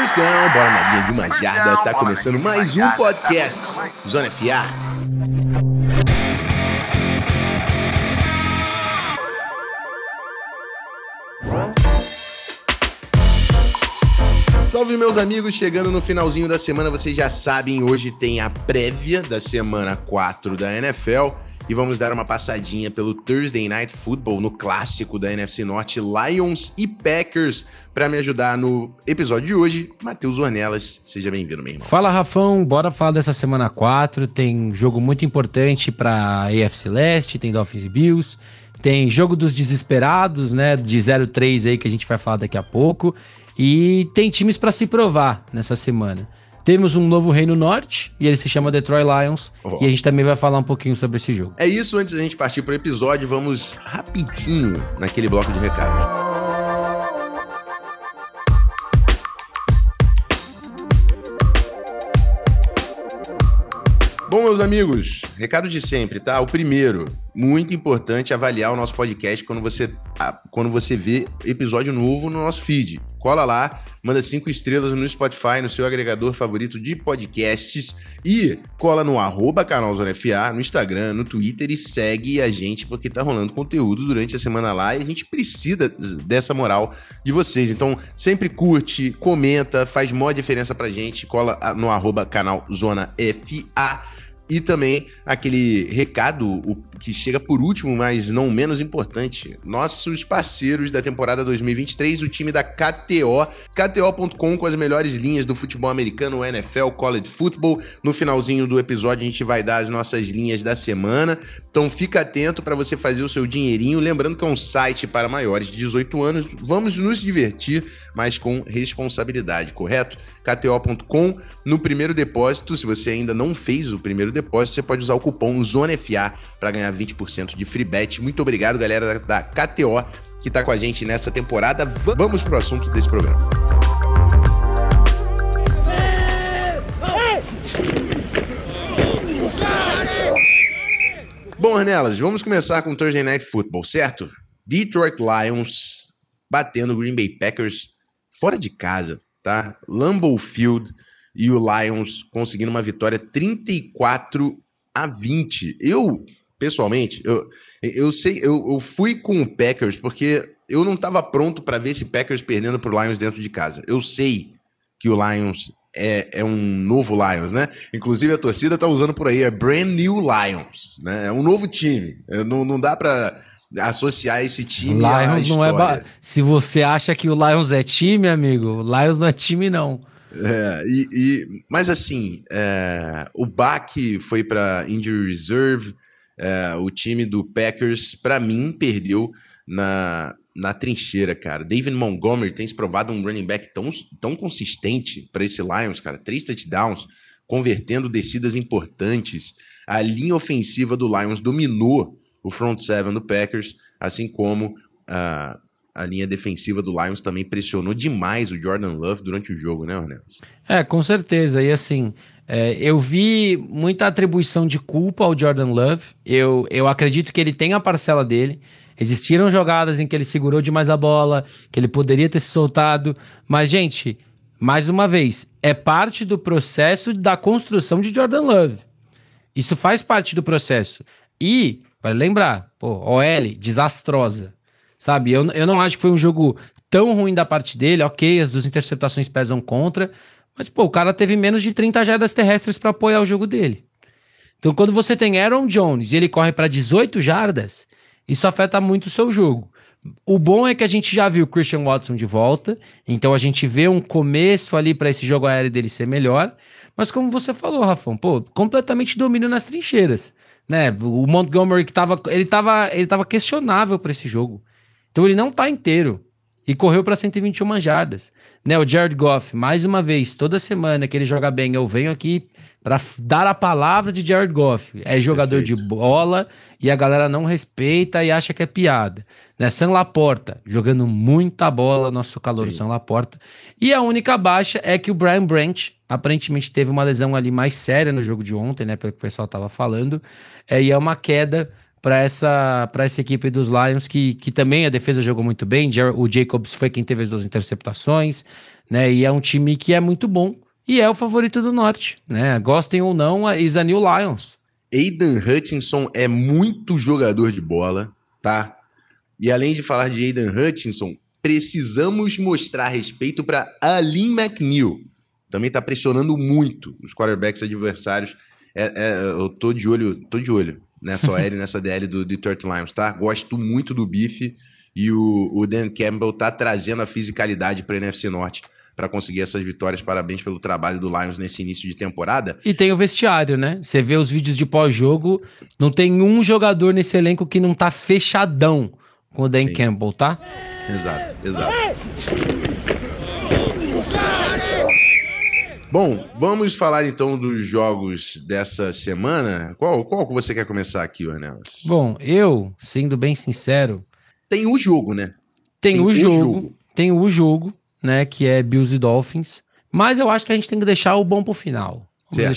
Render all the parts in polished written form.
First down, bola na linha de uma jarda, tá começando mais um podcast, Zona FA. Salve meus amigos, chegando no finalzinho da semana, vocês já sabem, hoje tem a prévia da semana 4 da NFL e vamos dar uma passadinha pelo Thursday Night Football no clássico da NFC Norte, Lions e Packers. Para me ajudar no episódio de hoje, Matheus Ornelas, seja bem-vindo, meu irmão. Fala, Rafão, bora falar dessa semana 4, tem jogo muito importante para AFC Leste, tem Dolphins e Bills, tem jogo dos desesperados, né, de 0-3 aí que a gente vai falar daqui a pouco. E tem times para se provar nessa semana. Temos um novo Reino Norte, e ele se chama Detroit Lions, e a gente também vai falar um pouquinho sobre esse jogo. É isso, antes da gente partir pro episódio, vamos rapidinho naquele bloco de recados. Bom, meus amigos, recado de sempre, tá? O primeiro, muito importante avaliar o nosso podcast quando você vê episódio novo no nosso feed. Cola lá, manda 5 estrelas no Spotify, no seu agregador favorito de podcasts e cola no @canalzonefa, no Instagram, no Twitter e segue a gente porque tá rolando conteúdo durante a semana lá e a gente precisa dessa moral de vocês. Então, sempre curte, comenta, faz maior diferença pra gente, cola no @canalzonefa. E também aquele recado que chega por último, mas não menos importante, nossos parceiros da temporada 2023, o time da KTO, KTO.com com as melhores linhas do futebol americano, NFL, College Football. No finalzinho do episódio a gente vai dar as nossas linhas da semana, então fica atento para você fazer o seu dinheirinho, lembrando que é um site para maiores de 18 anos, vamos nos divertir, mas com responsabilidade, correto? KTO.com, no primeiro depósito, se você ainda não fez o primeiro depósito, você pode usar o cupom ZONAFA para ganhar 20% de free bet. Muito obrigado, galera da KTO, que tá com a gente nessa temporada. Vamos pro assunto desse programa. Bom, Ornelas, vamos começar com o Thursday Night Football, certo? Detroit Lions batendo o Green Bay Packers fora de casa, tá? Lambeau Field e o Lions conseguindo uma vitória 34-20. Eu, pessoalmente, eu fui com o Packers porque eu não estava pronto para ver esse Packers perdendo pro Lions dentro de casa. Eu sei que o Lions é um novo Lions, né? Inclusive a torcida tá usando por aí, é Brand New Lions, né? É um novo time. Não dá para associar esse time à história. Não é Se você acha que o Lions é time, amigo, o Lions não é time, não. Mas assim, o Bach foi para Injury Reserve, o time do Packers, para mim, perdeu na trincheira, cara. David Montgomery tem se provado um running back tão consistente para esse Lions, cara. 3 touchdowns, convertendo descidas importantes. A linha ofensiva do Lions dominou o front seven do Packers, assim como a linha defensiva do Lions também pressionou demais o Jordan Love durante o jogo, né, Ornelas? Com certeza. E assim, eu vi muita atribuição de culpa ao Jordan Love. Eu acredito que ele tem a parcela dele. Existiram jogadas em que ele segurou demais a bola, que ele poderia ter se soltado. Mas, gente, mais uma vez, é parte do processo da construção de Jordan Love. Isso faz parte do processo. E, vale lembrar, OL, desastrosa. Sabe, eu não acho que foi um jogo tão ruim da parte dele, ok, as 2 interceptações pesam contra, mas, o cara teve menos de 30 jardas terrestres para apoiar o jogo dele. Então, quando você tem Aaron Jones e ele corre para 18 jardas, isso afeta muito o seu jogo. O bom é que a gente já viu o Christian Watson de volta, então a gente vê um começo ali para esse jogo aéreo dele ser melhor, mas como você falou, Rafão, completamente domínio nas trincheiras, né? O Montgomery ele tava questionável para esse jogo. Então ele não tá inteiro e correu para 121 jardas. Né, o Jared Goff, mais uma vez, toda semana que ele joga bem, eu venho aqui para dar a palavra de Jared Goff. É jogador Perfeito. De bola e a galera não respeita e acha que é piada. Né, Sam Laporta, jogando muita bola, nosso calor Sam Laporta. E a única baixa é que o Brian Branch aparentemente teve uma lesão ali mais séria no jogo de ontem, né, pelo que o pessoal tava falando. E é uma queda para essa equipe dos Lions, que também a defesa jogou muito bem. O Jacobs foi quem teve as 2 interceptações, né? E é um time que é muito bom e é o favorito do Norte, né? Gostem ou não, is a new Lions. Aidan Hutchinson é muito jogador de bola, tá? E além de falar de Aidan Hutchinson, precisamos mostrar respeito para Alim McNeill. Também tá pressionando muito os quarterbacks adversários. Eu tô de olho nessa OL, nessa DL do Detroit Lions, tá? Gosto muito do bife e o Dan Campbell tá trazendo a fisicalidade para a NFC Norte para conseguir essas vitórias. Parabéns pelo trabalho do Lions nesse início de temporada. E tem o vestiário, né? Você vê os vídeos de pós-jogo, não tem um jogador nesse elenco que não tá fechadão com o Dan Campbell, tá? Exato. Bom, vamos falar então dos jogos dessa semana. Qual que você quer começar aqui, Ornelas? Bom, eu, sendo bem sincero... Tem o jogo, né? Tem o jogo, né, que é Bills e Dolphins. Mas eu acho que a gente tem que deixar o bom pro final.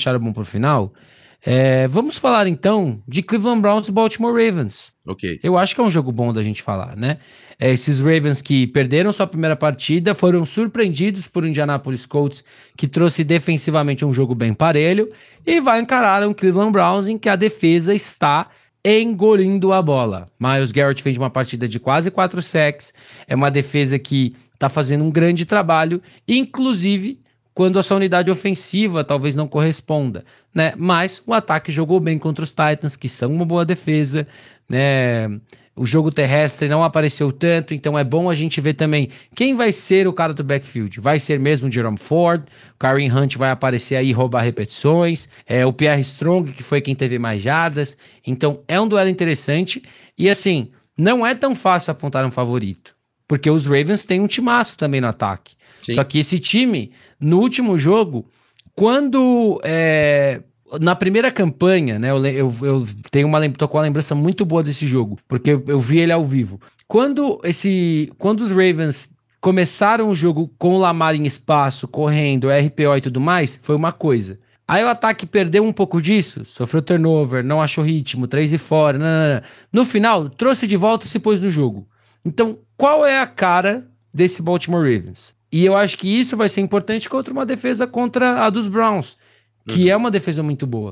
Vamos falar então de Cleveland Browns e Baltimore Ravens. Ok. Eu acho que é um jogo bom da gente falar, né? Esses Ravens que perderam sua primeira partida foram surpreendidos por Indianapolis Colts, que trouxe defensivamente um jogo bem parelho, e vai encarar um Cleveland Browns em que a defesa está engolindo a bola. Myles Garrett fez uma partida de quase 4 sacks, é uma defesa que está fazendo um grande trabalho, inclusive quando a sua unidade ofensiva talvez não corresponda, né? Mas o ataque jogou bem contra os Titans, que são uma boa defesa, né? O jogo terrestre não apareceu tanto, então é bom a gente ver também quem vai ser o cara do backfield. Vai ser mesmo o Jerome Ford, o Kareem Hunt vai aparecer aí e roubar repetições, o Pierre Strong, que foi quem teve mais jardas. Então é um duelo interessante e assim, não é tão fácil apontar um favorito, porque os Ravens têm um timaço também no ataque. Sim. Só que esse time, no último jogo, quando... na primeira campanha, né, eu tô com uma lembrança muito boa desse jogo, porque eu vi ele ao vivo. Quando os Ravens começaram o jogo com o Lamar em espaço, correndo, RPO e tudo mais, foi uma coisa. Aí o ataque perdeu um pouco disso, sofreu turnover, não achou ritmo, 3 e fora, não. No final, trouxe de volta e se pôs no jogo. Então, qual é a cara desse Baltimore Ravens? E eu acho que isso vai ser importante contra uma defesa contra a dos Browns, que é uma defesa muito boa.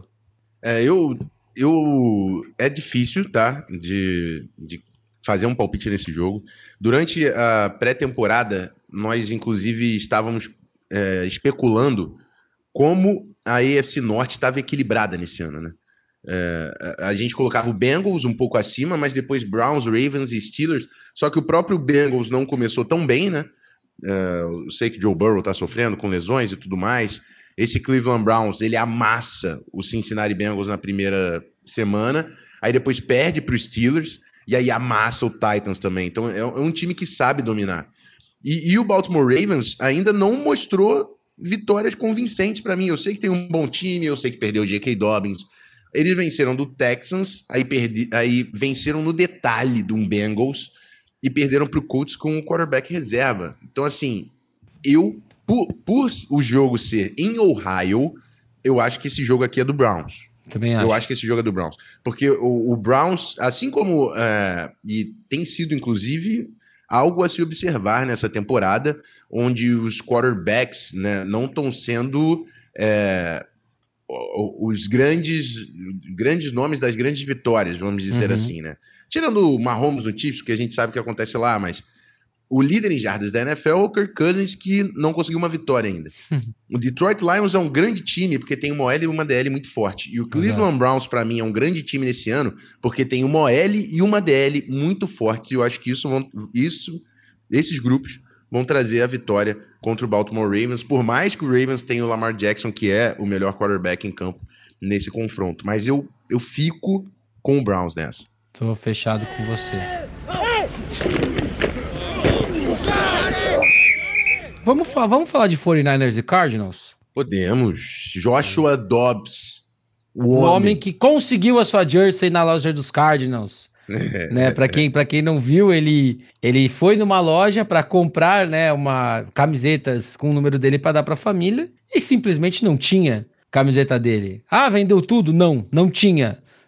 É difícil, tá? De fazer um palpite nesse jogo. Durante a pré-temporada, nós, inclusive, estávamos especulando como a AFC Norte estava equilibrada nesse ano, né? A gente colocava o Bengals um pouco acima, mas depois Browns, Ravens e Steelers. Só que o próprio Bengals não começou tão bem, né? Eu sei que Joe Burrow tá sofrendo com lesões e tudo mais. Esse Cleveland Browns, ele amassa o Cincinnati Bengals na primeira semana, aí depois perde para os Steelers, e aí amassa o Titans também. Então é um time que sabe dominar. E o Baltimore Ravens ainda não mostrou vitórias convincentes para mim. Eu sei que tem um bom time, eu sei que perdeu o J.K. Dobbins. Eles venceram do Texans, aí venceram no detalhe do Bengals e perderam para o Colts com o quarterback reserva. Então, assim, por o jogo ser em Ohio, eu acho que esse jogo aqui é do Browns. Também acho. Eu acho que esse jogo é do Browns. Porque o Browns, assim como... e tem sido, inclusive, algo a se observar nessa temporada, onde os quarterbacks, né, não estão sendo os grandes nomes das grandes vitórias, vamos dizer assim, né? Tirando o Mahomes no Chiefs, porque a gente sabe o que acontece lá, mas o líder em jardas da NFL é o Kirk Cousins, que não conseguiu uma vitória ainda. O Detroit Lions é um grande time, porque tem uma OL e uma DL muito forte. E o Cleveland Browns, para mim, é um grande time nesse ano, porque tem uma OL e uma DL muito fortes. E eu acho que esses grupos vão trazer a vitória contra o Baltimore Ravens, por mais que o Ravens tenha o Lamar Jackson, que é o melhor quarterback em campo nesse confronto. Mas eu fico com o Browns nessa. Tô fechado com você. Vamos falar de 49ers e Cardinals? Podemos. Joshua Dobbs. O homem que conseguiu a sua jersey na loja dos Cardinals. Né? Para quem não viu, ele foi numa loja para comprar, né, camisetas com o número dele para dar para a família e simplesmente não tinha camiseta dele. Ah, vendeu tudo? Não tinha.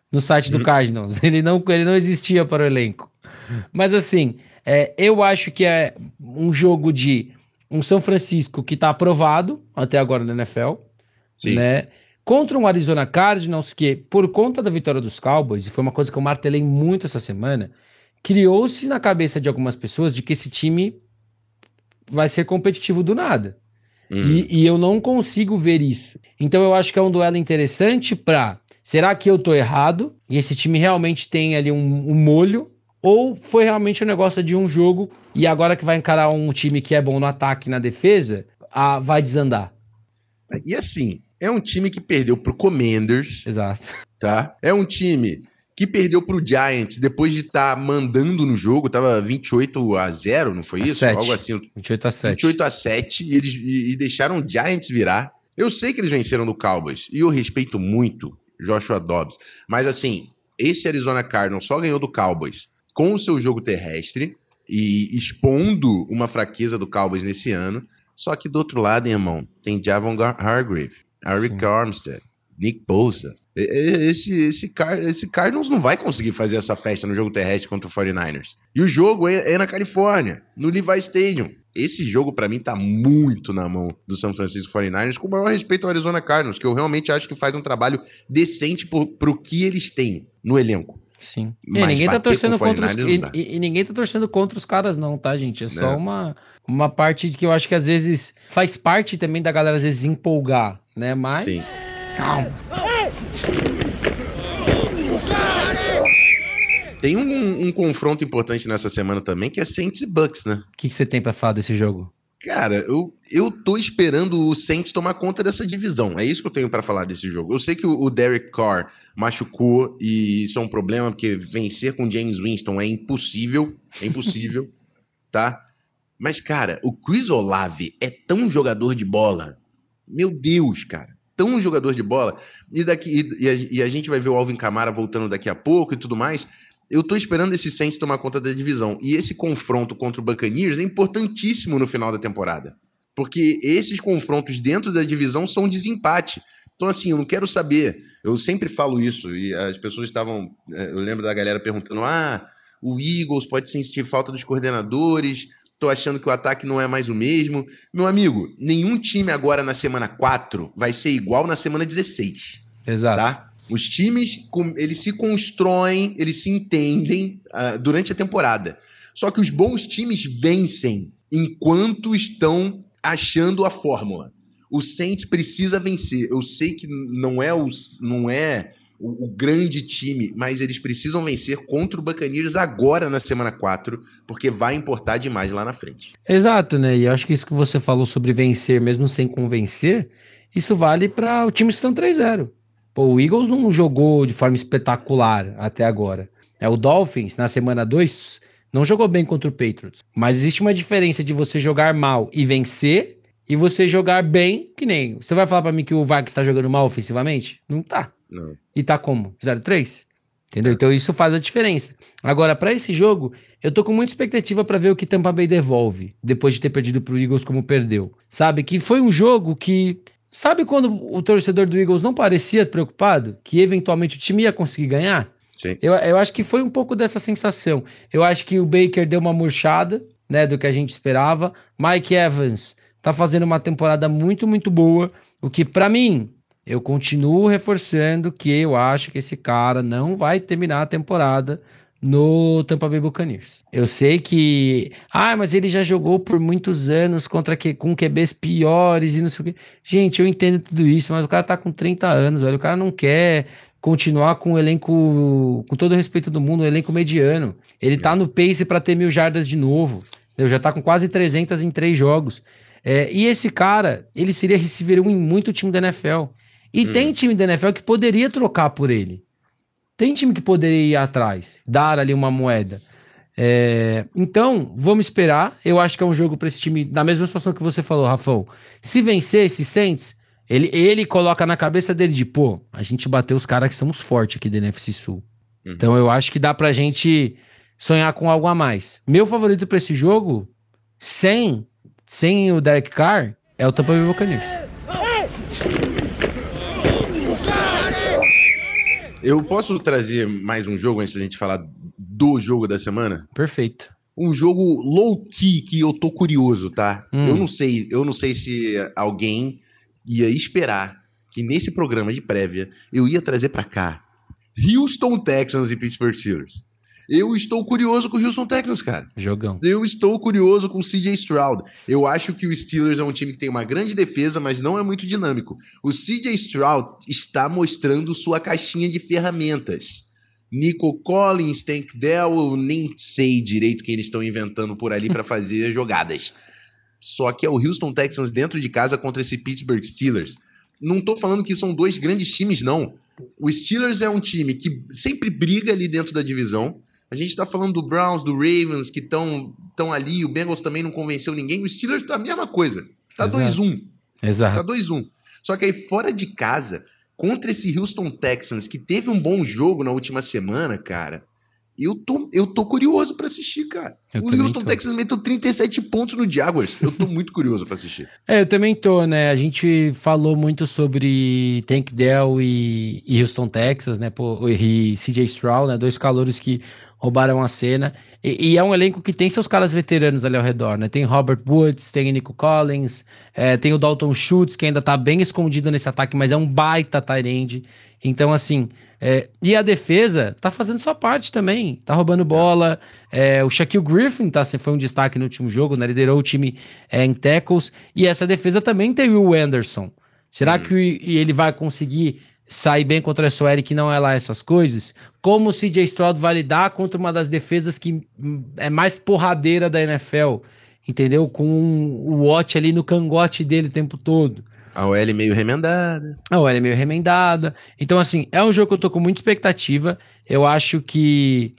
no site do Cardinals. Ele não existia para o elenco. Mas assim, eu acho que é um jogo de um São Francisco que tá aprovado até agora na NFL, Sim. né? Contra um Arizona Cardinals que, por conta da vitória dos Cowboys, e foi uma coisa que eu martelei muito essa semana, criou-se na cabeça de algumas pessoas de que esse time vai ser competitivo do nada. E eu não consigo ver isso. Então eu acho que é um duelo interessante pra... Será que eu tô errado? E esse time realmente tem ali um molho? Ou foi realmente um negócio de um jogo e agora que vai encarar um time que é bom no ataque e na defesa, vai desandar? E assim, é um time que perdeu pro Commanders. Exato. Tá? É um time que perdeu pro Giants depois de estar mandando no jogo, tava 28-0, não foi isso? 7. Algo assim. 28-7. 28-7 e eles deixaram o Giants virar. Eu sei que eles venceram do Cowboys e eu respeito muito Joshua Dobbs, mas assim, esse Arizona Cardinals só ganhou do Cowboys com o seu jogo terrestre e expondo uma fraqueza do Cowboys nesse ano. Só que do outro lado, irmão, tem Javon Hargrave, Arik Armstead, Nick Bosa. Esse Cardinals não vai conseguir fazer essa festa no jogo terrestre contra o 49ers. E o jogo é na Califórnia, no Levi Stadium. Esse jogo, pra mim, tá muito na mão do San Francisco 49ers, com o maior respeito ao Arizona Cardinals, que eu realmente acho que faz um trabalho decente pro que eles têm no elenco. Sim. Mas ninguém tá torcendo contra os, não dá. e ninguém tá torcendo contra os caras não, tá, gente? É só uma parte que eu acho que às vezes faz parte também da galera às vezes empolgar, né? Mas Sim. Calma. Tem um confronto importante nessa semana também, que é Saints e Bucks, né? O que você tem pra falar desse jogo? Cara, eu tô esperando o Saints tomar conta dessa divisão. É isso que eu tenho pra falar desse jogo. Eu sei que o Derek Carr machucou e isso é um problema, porque vencer com James Winston é impossível. É impossível, tá? Mas, cara, o Chris Olave é tão jogador de bola. Meu Deus, cara. Tão jogador de bola. E a gente vai ver o Alvin Kamara voltando daqui a pouco e tudo mais. Eu tô esperando esse Saints tomar conta da divisão. E esse confronto contra o Buccaneers é importantíssimo no final da temporada. Porque esses confrontos dentro da divisão são desempate. Então, assim, eu não quero saber. Eu sempre falo isso. E as pessoas estavam... Eu lembro da galera perguntando: o Eagles pode sentir falta dos coordenadores. Tô achando que o ataque não é mais o mesmo. Meu amigo, nenhum time agora na semana 4 vai ser igual na semana 16. Exato. Tá? Os times, eles se constroem, eles se entendem durante a temporada. Só que os bons times vencem enquanto estão achando a fórmula. O Saints precisa vencer. Eu sei que não é o grande time, mas eles precisam vencer contra o Buccaneers agora na semana 4, porque vai importar demais lá na frente. Exato, né? E eu acho que isso que você falou sobre vencer, mesmo sem convencer, isso vale para o time que estão 3-0. Pô, o Eagles não jogou de forma espetacular até agora. O Dolphins, na semana 2, não jogou bem contra o Patriots. Mas existe uma diferença de você jogar mal e vencer e você jogar bem, que nem... Você vai falar pra mim que o Vikings tá jogando mal ofensivamente? Não tá. Não. E tá como? 0-3? Entendeu? Então isso faz a diferença. Agora, pra esse jogo, eu tô com muita expectativa pra ver o que Tampa Bay devolve, depois de ter perdido pro Eagles como perdeu. Sabe? Que foi um jogo que... Sabe quando o torcedor do Eagles não parecia preocupado? Que eventualmente o time ia conseguir ganhar? Sim. Eu acho que foi um pouco dessa sensação. Eu acho que o Baker deu uma murchada, né, do que a gente esperava. Mike Evans tá fazendo uma temporada muito, muito boa. O que, pra mim, eu continuo reforçando que eu acho que esse cara não vai terminar a temporada no Tampa Bay Buccaneers. Eu sei que... mas ele já jogou por muitos anos com QBs piores e não sei o quê. Gente, eu entendo tudo isso, mas o cara tá com 30 anos, velho. O cara não quer continuar com o elenco, com todo o respeito do mundo, um elenco mediano. Ele tá no pace pra ter 1.000 jardas de novo. Ele já tá com quase 300 em 3 jogos. E esse cara, ele seria receiver 1 em muito time da NFL. E tem time da NFL que poderia trocar por ele. Tem time que poderia ir atrás, dar ali uma moeda. Então, vamos esperar. Eu acho que é um jogo para esse time, na mesma situação que você falou, Rafão. Se vencer esse Saints, ele coloca na cabeça dele de, a gente bateu os caras que somos fortes aqui da NFC Sul. Então, eu acho que dá pra gente sonhar com algo a mais. Meu favorito para esse jogo, sem o Derek Carr, é o Tampa Bay Buccaneers. Eu posso trazer mais um jogo antes da gente falar do jogo da semana? Perfeito. Um jogo low-key que eu tô curioso, tá? Eu não sei se alguém ia esperar que nesse programa de prévia eu ia trazer pra cá Houston Texans e Pittsburgh Steelers. Eu estou curioso com o Houston Texans, cara. Jogão. Eu estou curioso com o CJ Stroud. Eu acho que o Steelers é um time que tem uma grande defesa, mas não é muito dinâmico. O CJ Stroud está mostrando sua caixinha de ferramentas. Nico Collins, Tank Dell, eu nem sei direito o que eles estão inventando por ali para fazer jogadas. Só que é o Houston Texans dentro de casa contra esse Pittsburgh Steelers. Não tô falando que são dois grandes times, não. O Steelers é um time que sempre briga ali dentro da divisão. A gente tá falando do Browns, do Ravens, que estão ali. O Bengals também não convenceu ninguém. O Steelers tá a mesma coisa. Tá 2-1. Exato. Tá 2-1. Só que aí fora de casa, contra esse Houston Texans, que teve um bom jogo na última semana, cara, eu tô curioso pra assistir, cara. O Houston Texans meteu 37 pontos no Jaguars. Eu tô muito curioso pra assistir. Eu também tô, né? A gente falou muito sobre Tank Dell e Houston Texans, né? E CJ Stroud, né? Dois calouros que roubaram a cena. E é um elenco que tem seus caras veteranos ali ao redor, né? Tem Robert Woods, tem Nico Collins, tem o Dalton Schultz, que ainda tá bem escondido nesse ataque, mas é um baita tight end. Então, assim... e a defesa tá fazendo sua parte também, tá roubando bola. O Shaquille Griffin foi um destaque no último jogo, né? Liderou o time em tackles. E essa defesa também tem o Will Anderson. Será que ele vai conseguir sair bem contra a SOL, que não é lá essas coisas? Como o CJ Stroud vai lidar contra uma das defesas que é mais porradeira da NFL? Entendeu? Com o Watt ali no cangote dele o tempo todo. A OL meio remendada. Então, assim, é um jogo que eu tô com muita expectativa. Eu acho que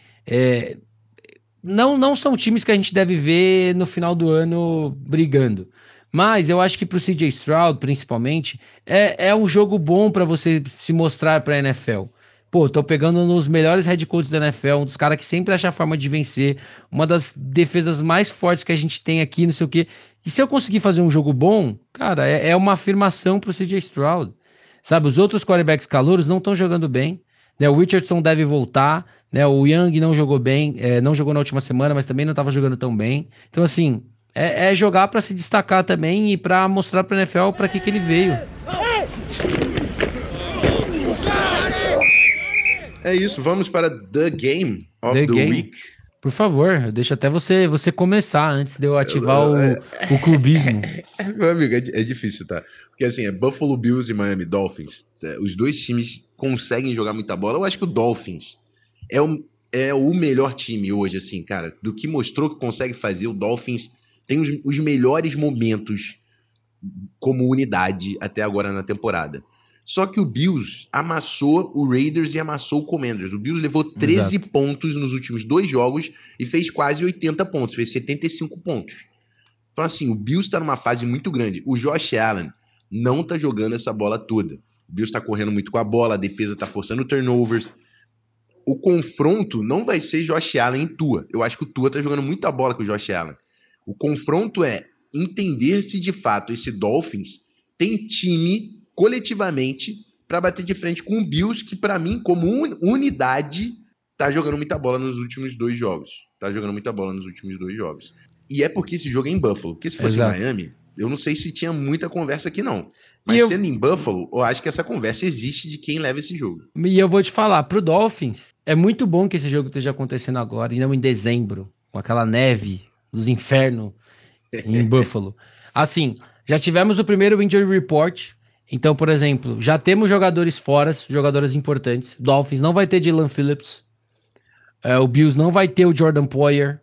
não são times que a gente deve ver no final do ano brigando. Mas eu acho que pro CJ Stroud, principalmente, é um jogo bom pra você se mostrar pra NFL. Pô, tô pegando nos melhores head coaches da NFL, um dos caras que sempre acha a forma de vencer, uma das defesas mais fortes que a gente tem aqui, não sei o quê. E se eu conseguir fazer um jogo bom, cara, é uma afirmação pro CJ Stroud. Sabe, os outros quarterbacks calouros não estão jogando bem, né? O Richardson deve voltar, né? O Young não jogou bem, não jogou na última semana, mas também não estava jogando tão bem. Então, assim, é jogar para se destacar também e para mostrar pra NFL para que ele veio. É isso, vamos para The Game of the Week. Por favor, eu deixo até você começar antes de eu ativar o clubismo. Meu amigo, é difícil, tá? Porque assim, é Buffalo Bills e Miami Dolphins. Os dois times conseguem jogar muita bola. Eu acho que o Dolphins é o melhor time hoje, assim, cara. Do que mostrou que consegue fazer, o Dolphins tem os melhores momentos como unidade até agora na temporada. Só que o Bills amassou o Raiders e amassou o Commanders. O Bills levou 13 pontos nos últimos 2 jogos e fez quase 80 pontos, fez 75 pontos. Então, assim, o Bills tá numa fase muito grande. O Josh Allen não tá jogando essa bola toda. O Bills tá correndo muito com a bola, a defesa tá forçando turnovers. O confronto não vai ser Josh Allen e Tua. Eu acho que o Tua tá jogando muita bola com o Josh Allen. O confronto é entender se de fato esse Dolphins tem time coletivamente para bater de frente com o Bills, que para mim, como unidade, tá jogando muita bola nos últimos 2 jogos. E é porque esse jogo é em Buffalo. Porque se fosse em Miami, eu não sei se tinha muita conversa aqui, não. Mas sendo em Buffalo, eu acho que essa conversa existe de quem leva esse jogo. E eu vou te falar, pro Dolphins, é muito bom que esse jogo esteja acontecendo agora, e não em dezembro, com aquela neve dos infernos em Buffalo. Assim, já tivemos o primeiro injury report. Então, por exemplo, já temos jogadores fora, jogadores importantes. Dolphins não vai ter Dylan Phillips. O Bills não vai ter o Jordan Poyer.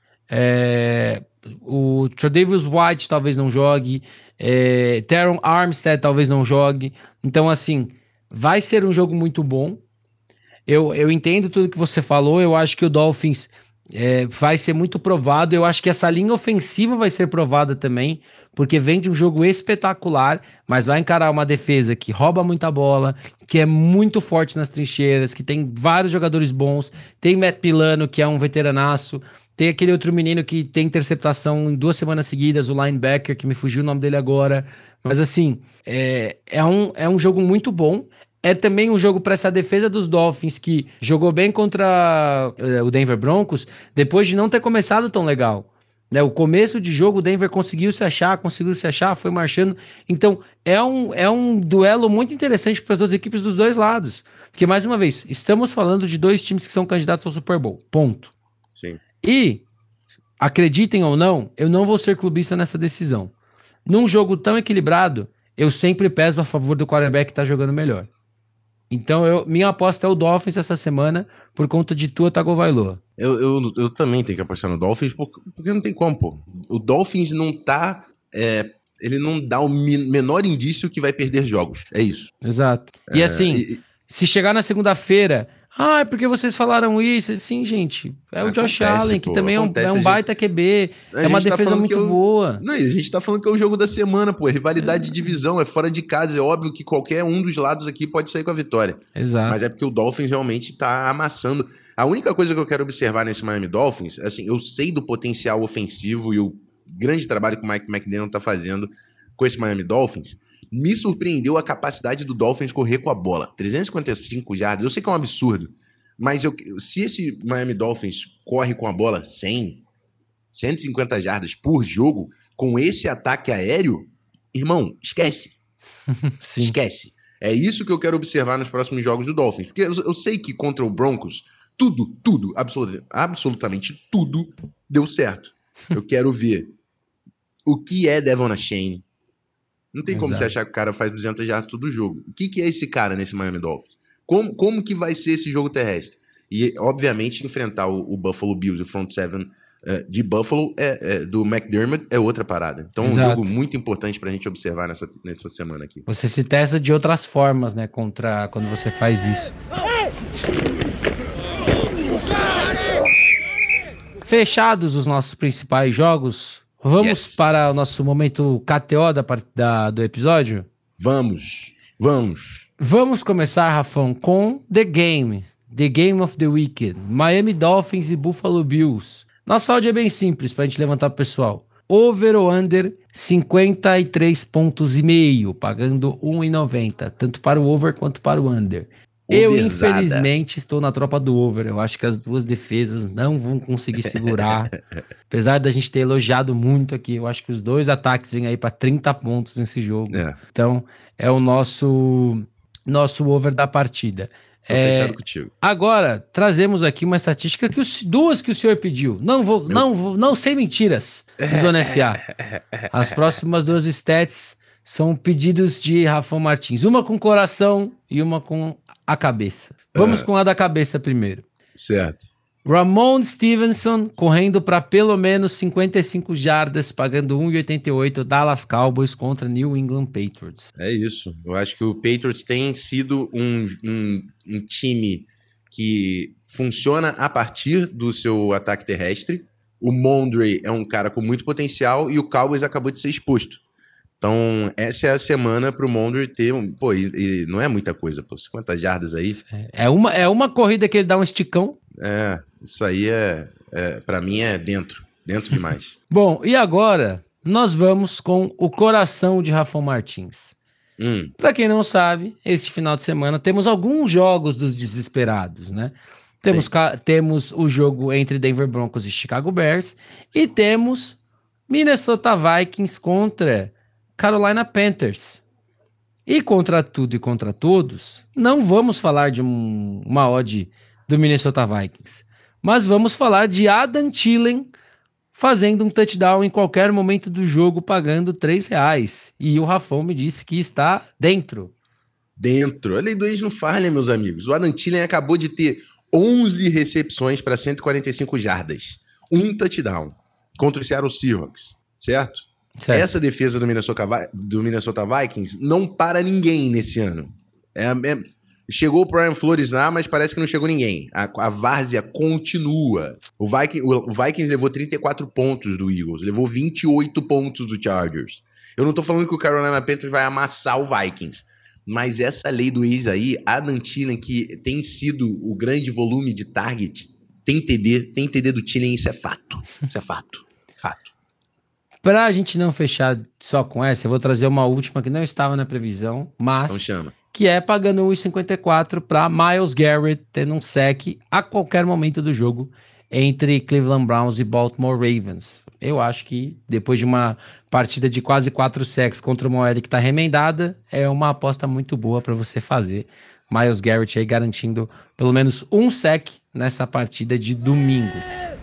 O Tre'Davious White talvez não jogue. Teron Armstead talvez não jogue. Então, assim, vai ser um jogo muito bom. Eu entendo tudo que você falou. Eu acho que o Dolphins vai ser muito provado. Eu acho que essa linha ofensiva vai ser provada também, porque vem de um jogo espetacular, mas vai encarar uma defesa que rouba muita bola, que é muito forte nas trincheiras, que tem vários jogadores bons. Tem Matt Milano, que é um veteranaço. Tem aquele outro menino que tem interceptação em 2 semanas seguidas, o linebacker, que me fugiu o nome dele agora. Mas assim, é um jogo muito bom. é também um jogo para essa defesa dos Dolphins, que jogou bem contra o Denver Broncos, depois de não ter começado tão legal. Né? O começo de jogo, o Denver conseguiu se achar, foi marchando. Então, é um duelo muito interessante para as duas equipes dos dois lados. Porque, mais uma vez, estamos falando de dois times que são candidatos ao Super Bowl. Ponto. Sim. E, acreditem ou não, eu não vou ser clubista nessa decisão. Num jogo tão equilibrado, eu sempre peso a favor do quarterback que tá jogando melhor. Então, minha aposta é o Dolphins essa semana por conta de Tua Tagovailoa. Eu também tenho que apostar no Dolphins porque não tem como, pô. O Dolphins não tá... ele não dá o menor indício que vai perder jogos. É isso. Exato. E assim, se chegar na segunda-feira... é porque vocês falaram isso. Sim, gente. É o Josh Allen, que também é um baita QB. É uma defesa muito boa. Não, a gente tá falando que é o jogo da semana, pô. É rivalidade de divisão, é fora de casa. É óbvio que qualquer um dos lados aqui pode sair com a vitória. Exato. Mas é porque o Dolphins realmente tá amassando. A única coisa que eu quero observar nesse Miami Dolphins, assim, eu sei do potencial ofensivo e o grande trabalho que o Mike McDaniel tá fazendo com esse Miami Dolphins. Me surpreendeu a capacidade do Dolphins correr com a bola. 355 jardas, eu sei que é um absurdo, mas se esse Miami Dolphins corre com a bola 150 jardas por jogo, com esse ataque aéreo, irmão, esquece. Sim. Esquece. É isso que eu quero observar nos próximos jogos do Dolphins, porque eu sei que contra o Broncos, absolutamente tudo deu certo. Eu quero ver o que é Devon Achane. Não tem como você achar que o cara faz 200 jardas todo jogo. O que é esse cara nesse Miami Dolphins? Como que vai ser esse jogo terrestre? E, obviamente, enfrentar o Buffalo Bills, o front seven de Buffalo, do McDermott, é outra parada. Então, um jogo muito importante pra gente observar nessa semana aqui. Você se testa de outras formas, né, quando você faz isso. Fechados os nossos principais jogos... Vamos para o nosso momento KTO do episódio? Vamos. Vamos começar, Rafão, com The Game of the Weekend, Miami Dolphins e Buffalo Bills. Nosso áudio é bem simples para a gente levantar o pessoal. Over ou under 53,5 pontos, pagando 1,90, tanto para o over quanto para o under. Eu, infelizmente, estou na tropa do over. Eu acho que as duas defesas não vão conseguir segurar. Apesar da gente ter elogiado muito aqui, eu acho que os dois ataques vêm aí para 30 pontos nesse jogo. Então, é o nosso over da partida. Tô fechado contigo. Agora, trazemos aqui uma estatística duas que o senhor pediu. Não sei mentiras do Zona FA. As próximas duas stats são pedidos de Rafão Martins. Uma com coração e uma com a cabeça. Vamos com a da cabeça primeiro. Certo. Ramon Stevenson correndo para pelo menos 55 jardas, pagando 1,88, Dallas Cowboys contra New England Patriots. É isso. Eu acho que o Patriots tem sido um time que funciona a partir do seu ataque terrestre. O Mondre é um cara com muito potencial e o Cowboys acabou de ser exposto. Então, essa é a semana pro Mondre ter... e não é muita coisa, 50 jardas aí. É uma corrida que ele dá um esticão. Isso aí pra mim é dentro demais. Bom, e agora nós vamos com o coração de Rafão Martins. Pra quem não sabe, este final de semana temos alguns jogos dos desesperados, né? Temos o jogo entre Denver Broncos e Chicago Bears e temos Minnesota Vikings contra Carolina Panthers. E contra tudo e contra todos, não vamos falar de uma odd do Minnesota Vikings, mas vamos falar de Adam Thielen fazendo um touchdown em qualquer momento do jogo, pagando R$3. E o Rafão me disse que está dentro. A lei do ex não falha, meus amigos. O Adam Thielen acabou de ter 11 recepções para 145 jardas. Um touchdown contra o Seattle Seahawks, certo? Essa defesa do Minnesota Vikings não para ninguém nesse ano. Chegou o Brian Flores lá, mas parece que não chegou ninguém. A várzea continua. O Vikings levou 34 pontos do Eagles, levou 28 pontos do Chargers. Eu não tô falando que o Carolina Panthers vai amassar o Vikings, mas essa lei do ex aí, Adam Thielen, que tem sido o grande volume de target, tem TD do Thielen, isso é fato. Isso é fato. Pra gente não fechar só com essa, eu vou trazer uma última que não estava na previsão, mas então chama. que é pagando 1,54 para Myles Garrett tendo um sec a qualquer momento do jogo entre Cleveland Browns e Baltimore Ravens. Eu acho que depois de uma partida de quase 4 sacks contra uma OL que está remendada, é uma aposta muito boa para você fazer. Myles Garrett aí garantindo pelo menos um sack nessa partida de domingo.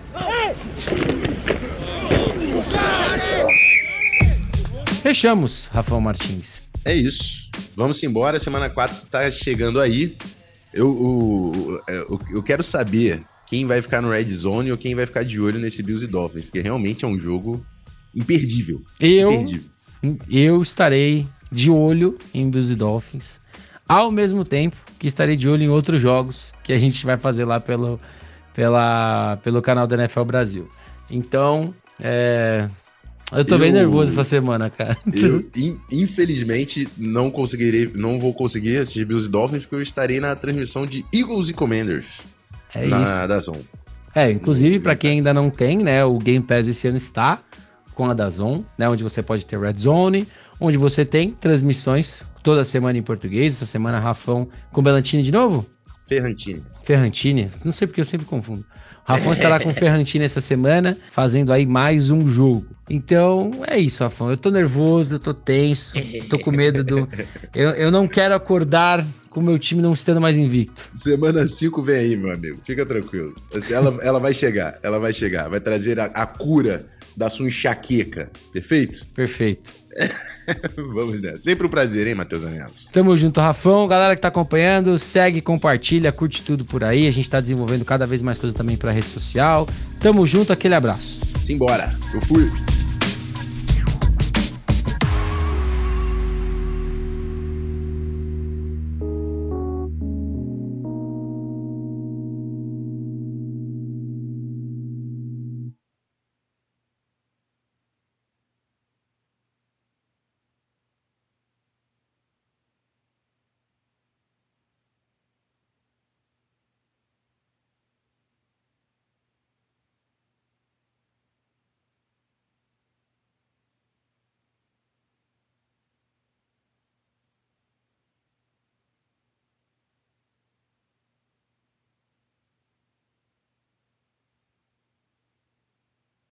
Fechamos, Rafael Martins. É isso. Vamos embora. Semana 4 tá chegando aí. Eu quero saber quem vai ficar no Red Zone ou quem vai ficar de olho nesse Bills e Dolphins, porque realmente é um jogo imperdível. Eu estarei de olho em Bills e Dolphins, ao mesmo tempo que estarei de olho em outros jogos que a gente vai fazer lá pelo canal da NFL Brasil. Então, eu tô bem nervoso essa semana, cara. Eu, infelizmente, não vou conseguir assistir Bills e Dolphins, porque eu estarei na transmissão de Eagles e Commanders na DAZN. Inclusive, para quem ainda não tem, né, o Game Pass esse ano está com a DAZN, né, onde você pode ter Red Zone, onde você tem transmissões toda semana em português. Essa semana, Rafão com Bellantini de novo? Ferrantini, não sei porque eu sempre confundo. O Rafão estará com Ferrantini essa semana, fazendo aí mais um jogo. Então, é isso, Rafão. Eu tô nervoso, eu tô tenso, tô com medo do... Eu não quero acordar com o meu time não estando mais invicto. Semana 5 vem aí, meu amigo. Fica tranquilo. Ela vai chegar, Vai trazer a cura da sua enxaqueca. Perfeito? Perfeito. Vamos nessa. Sempre um prazer, hein, Matheus Anello? Tamo junto, Rafão. Galera que tá acompanhando, segue, compartilha, curte tudo por aí. A gente tá desenvolvendo cada vez mais coisa também pra rede social. Tamo junto, aquele abraço. Simbora. Eu fui.